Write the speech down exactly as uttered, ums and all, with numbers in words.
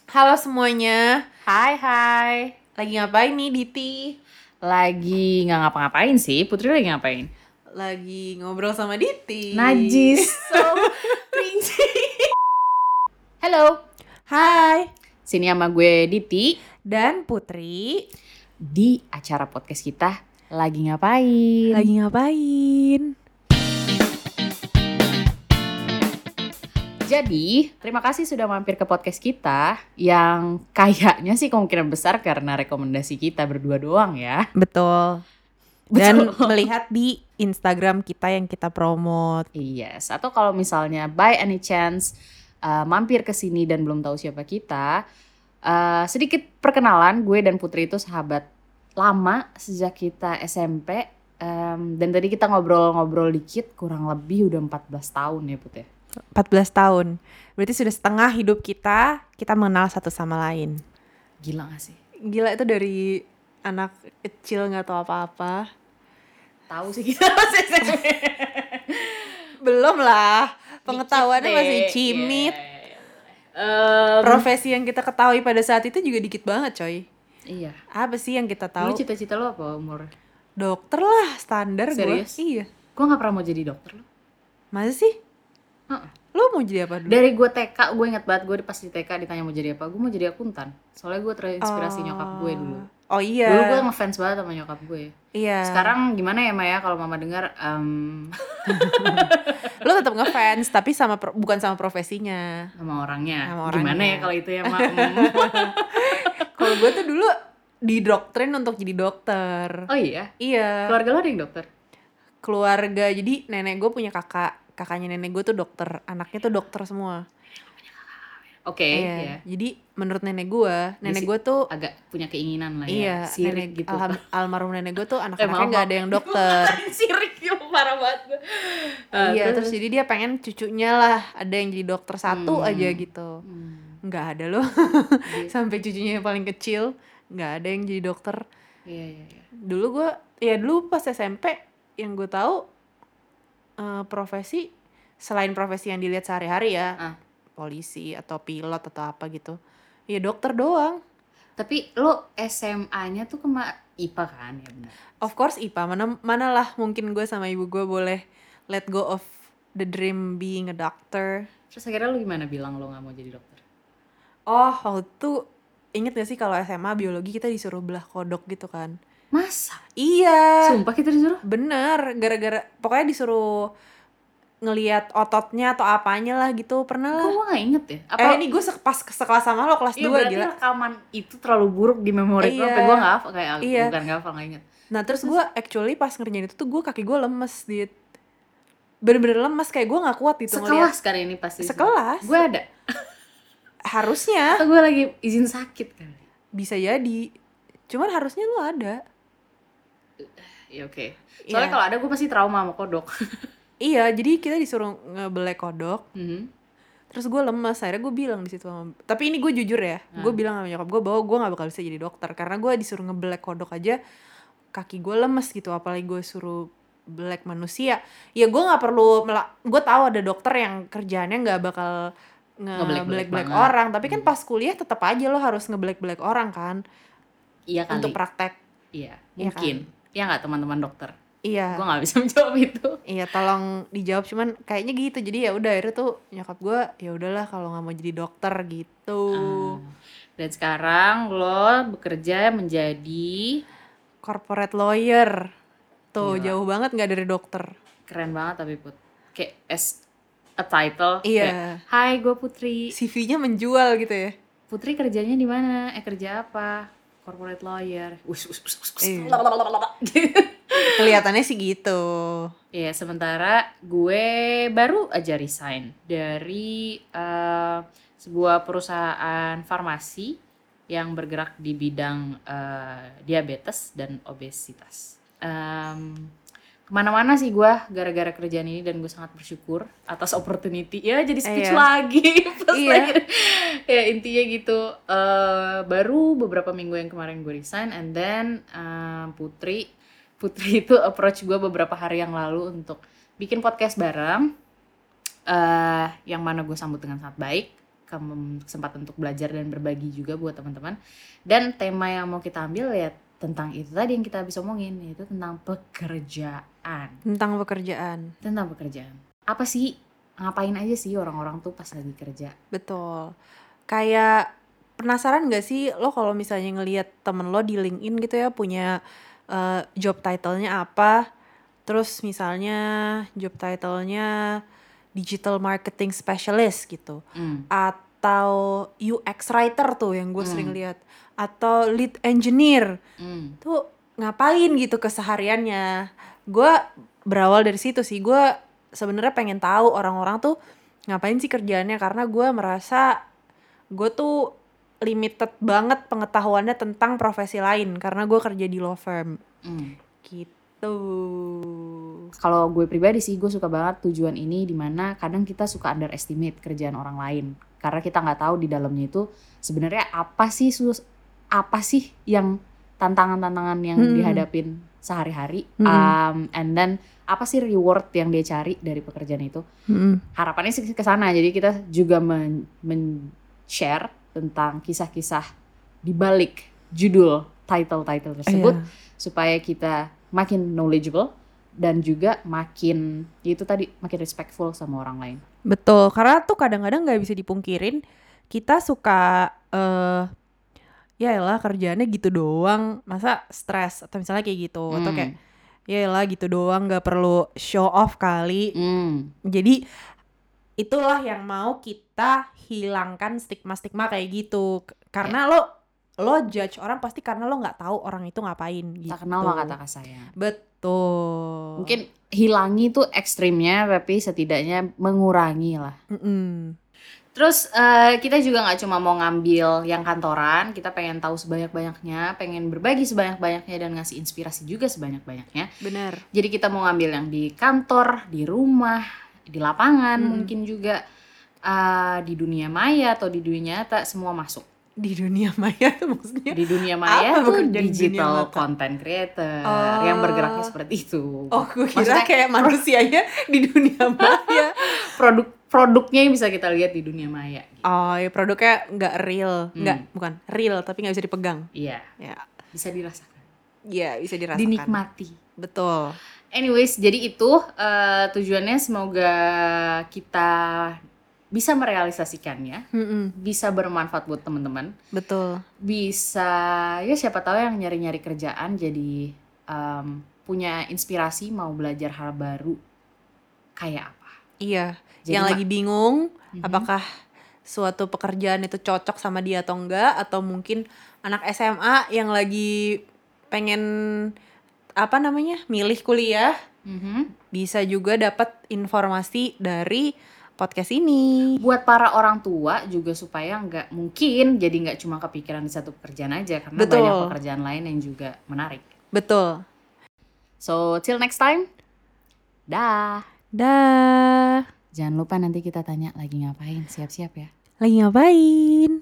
Halo semuanya, Hai hai. lagi ngapain nih Diti? Lagi nggak ngapa-ngapain sih. Putri lagi ngapain? Lagi ngobrol sama Diti. Najis. So cringy. Halo. Hai, Sini sama gue Diti dan Putri. di acara podcast kita Lagi Ngapain. Lagi ngapain? Jadi, terima kasih sudah mampir ke podcast kita yang kayaknya sih kemungkinan besar karena rekomendasi kita berdua doang ya. Betul. Dan Betul. melihat di Instagram kita yang kita promote. Yes, atau kalau misalnya by any chance uh, mampir ke sini dan belum tahu siapa kita, uh, sedikit perkenalan, gue dan Putri itu sahabat lama sejak kita S M P. Um, dan tadi kita ngobrol-ngobrol dikit, kurang lebih udah empat belas tahun ya Put ya. empat belas tahun. Berarti sudah setengah hidup kita, kita mengenal satu sama lain. Gila gak sih? Gila, itu dari anak kecil gak tahu apa-apa. Tahu sih kita masih S M P. Belum lah, pengetahuannya Dikit masih deh. cimit. Iya, iya, iya. Um, Profesi yang kita ketahui pada saat itu juga dikit banget coy. Iya. Apa sih yang kita Dulu tahu? cita-cita lo apa umur? Dokter lah, standar gue. Serius? Iya. Gue gak pernah mau jadi dokter lo. Masa sih? Heeh. Lo mau jadi apa dulu? Dari gue T K, gue inget banget gue pas di T K ditanya mau jadi apa, gue mau jadi akuntan. Soalnya gue terinspirasi Oh. nyokap gue dulu. Oh iya. Dulu gue ngefans banget sama nyokap gue. Iya. Sekarang gimana ya Maya kalau mama dengar? Um, Lo tetap ngefans tapi sama pro- bukan sama profesinya. sama orangnya. Sama Gimana orangnya. ya kalau itu ya mak? Kalau gue tuh dulu didoktrin untuk jadi dokter. Oh iya. Iya. Keluarga lo ada yang dokter? Keluarga, jadi nenek gue punya kakak. Kakaknya nenek gue tuh dokter. Anaknya tuh dokter semua. Oke. Iya. Ya. Jadi menurut nenek gue, nenek Dia gue tuh agak punya keinginan lah ya. iya, Sirik nenek gitu. alham- almarhum nenek gue tuh Eh, anak-anaknya maaf, nggak maaf. ada yang dokter. Sirik ya, parah banget gue. Uh, Iya, terus jadi dia pengen cucunya lah ada yang jadi dokter satu Hmm. aja gitu. Hmm. Nggak ada loh. Sampai cucunya yang paling kecil nggak ada yang jadi dokter. Iya iya iya. Dulu gue, ya dulu pas S M P yang gue tahu eh, profesi selain profesi yang dilihat sehari-hari ya, Ah. polisi atau pilot atau apa gitu. Ya dokter doang. Tapi lo S M A-nya tuh kema I P A kan ya benar. Of course I P A, mana manalah mungkin gue sama ibu gue boleh let go of the dream being a doctor. Terus akhirnya lo gimana bilang lo nggak mau jadi dokter? Oh, waktu itu inget gak sih kalau S M A biologi kita disuruh belah kodok gitu kan? Masa? Iya, Sumpah kita disuruh? bener. Gara-gara pokoknya disuruh ngelihat ototnya atau apanya lah gitu, pernah Kok lah. gue nggak inget ya? Eh ini gue se- pas ke sekelas sama lo kelas Iya dua berarti gila. rekaman itu terlalu buruk di memori gue, Iya. sampai gue nggak hafal kayak Iya. bukan nggak hafal nggak inget. Nah terus gue actually pas ngerjain itu tuh gue kaki gue lemes dit. Bener-bener lemes kayak gue nggak kuat gitu ngeliat. Sekelas kali ini pasti. Sekelas. Gue ada. Harusnya Atau gue lagi izin sakit kali. bisa jadi. Cuman harusnya lo ada. Ya oke. Soalnya Iya. kalau ada gue pasti trauma sama kodok. Iya, jadi kita disuruh ngebelek kodok. Mhm. Terus gue lemes, akhirnya gue bilang di situ sama, tapi ini gue jujur ya, Hmm. gue bilang sama nyokap gue bahwa gue nggak bakal bisa jadi dokter karena gue disuruh ngebelek kodok aja kaki gue lemes gitu, apalagi gue suruh belek manusia. Ya gue nggak perlu, mela- gue tahu ada dokter yang kerjaannya nggak bakal Ngebelek-belek ngebelek-belek banget. orang, tapi kan Hmm. pas kuliah tetap aja lo harus ngebelek-belek orang kan Iya kali. untuk praktek. Iya Iya mungkin. Iya nggak teman-teman dokter? Iya. Gue nggak bisa menjawab itu. Iya, tolong dijawab, cuman kayaknya gitu. Jadi ya udah akhirnya tuh nyokap gue ya udahlah kalau nggak mau jadi dokter gitu. Ah. Dan sekarang lo bekerja menjadi Corporate lawyer. Tuh Gila. jauh banget nggak dari dokter. keren banget tapi Put. Kayak as a title. Iya. Kayak, hai gue Putri. C V-nya menjual gitu ya. Putri kerjanya di mana? Eh kerja apa? Corporate lawyer. Us us us us. us. Iya. Kelihatannya sih gitu. Iya, sementara gue baru aja resign dari eh, sebuah perusahaan farmasi yang bergerak di bidang eh, diabetes dan obesitas. Em, kemana-mana sih gue gara-gara kerjaan ini dan gue sangat bersyukur atas opportunity. Ya jadi speech Iya. lagi. Pas Iya. lagi. Ya intinya gitu. Eh, baru beberapa minggu yang kemarin gue resign and then eh, Putri Putri itu approach gue beberapa hari yang lalu untuk bikin podcast bareng, uh, yang mana gue sambut dengan sangat baik kesempatan untuk belajar dan berbagi juga buat teman-teman. Dan tema yang mau kita ambil ya tentang itu tadi yang kita habis omongin, yaitu tentang pekerjaan. Tentang pekerjaan. Tentang pekerjaan. Apa sih, ngapain aja sih orang-orang tuh pas lagi kerja? Betul. Kayak penasaran gak sih lo kalau misalnya ngelihat temen lo di LinkedIn gitu ya punya uh, job title-nya apa, terus misalnya job title-nya digital marketing specialist gitu, Hmm. atau U X writer tuh yang gue Hmm. sering lihat, atau lead engineer, Hmm. tuh ngapain gitu kesehariannya. Gue berawal dari situ sih, gue sebenarnya pengen tahu orang-orang tuh ngapain sih kerjaannya, karena gue merasa gue tuh limited banget pengetahuannya tentang profesi lain karena gue kerja di law firm. Hmm. Gitu. Kalau gue pribadi sih gue suka banget tujuan ini, dimana kadang kita suka underestimate kerjaan orang lain karena kita nggak tahu di dalamnya itu sebenarnya apa sih sus apa sih yang tantangan-tantangan yang Hmm. dihadapin sehari-hari, Hmm. um, and then apa sih reward yang dia cari dari pekerjaan itu. Hmm. Harapannya sih ke sana, jadi kita juga men, men share tentang kisah-kisah di balik judul title-title tersebut, Iya. supaya kita makin knowledgeable dan juga makin itu tadi makin respectful sama orang lain. Betul, karena tuh kadang-kadang nggak bisa dipungkirin kita suka eh ya elah kerjaannya gitu doang, masa stres atau misalnya kayak gitu, atau kayak Hmm. ya elah gitu doang, nggak perlu show off kali. Hmm. Jadi itulah yang mau kita hilangkan stigma-stigma kayak gitu. K- Karena lo lo judge orang pasti karena lo nggak tahu orang itu ngapain gitu. Tak kenal maka tak sayang. Betul. Mungkin hilangi tuh ekstrimnya, tapi setidaknya mengurangi lah. Mm-mm. Terus uh, kita juga nggak cuma mau ngambil yang kantoran, kita pengen tahu sebanyak-banyaknya, pengen berbagi sebanyak-banyaknya dan ngasih inspirasi juga sebanyak-banyaknya. Bener. Jadi kita mau ngambil yang di kantor, di rumah, di lapangan, Hmm. mungkin juga uh, di dunia maya atau di dunia nyata, semua masuk. Di dunia maya tuh maksudnya Di dunia maya apa tuh bekerja di dunia digital mata? content creator Oh. yang bergeraknya seperti itu. Oh, gue kira Maksudnya kayak manusianya di dunia maya. produk produknya yang bisa kita lihat di dunia maya. Gitu. Oh, ya produknya nggak real, nggak Hmm. bukan real tapi nggak bisa dipegang. Iya, Ya, bisa dirasakan, ya bisa dirasakan. dinikmati. Betul. Anyways, jadi itu uh, tujuannya, semoga kita bisa merealisasikannya, Mm-mm. bisa bermanfaat buat teman-teman, Betul. bisa ya siapa tahu yang nyari-nyari kerjaan jadi um, punya inspirasi mau belajar hal baru kayak apa. Iya. Jadi yang ma- lagi bingung Mhm. apakah suatu pekerjaan itu cocok sama dia atau enggak, atau mungkin anak S M A yang lagi pengen apa namanya milih kuliah, Mhm. bisa juga dapat informasi dari podcast ini. Buat para orang tua juga supaya nggak mungkin jadi nggak cuma kepikiran di satu pekerjaan aja, karena Betul. banyak pekerjaan lain yang juga menarik. Betul. So till next time, dah. Dah. Jangan lupa nanti kita tanya lagi ngapain, siap-siap ya. Lagi ngapain?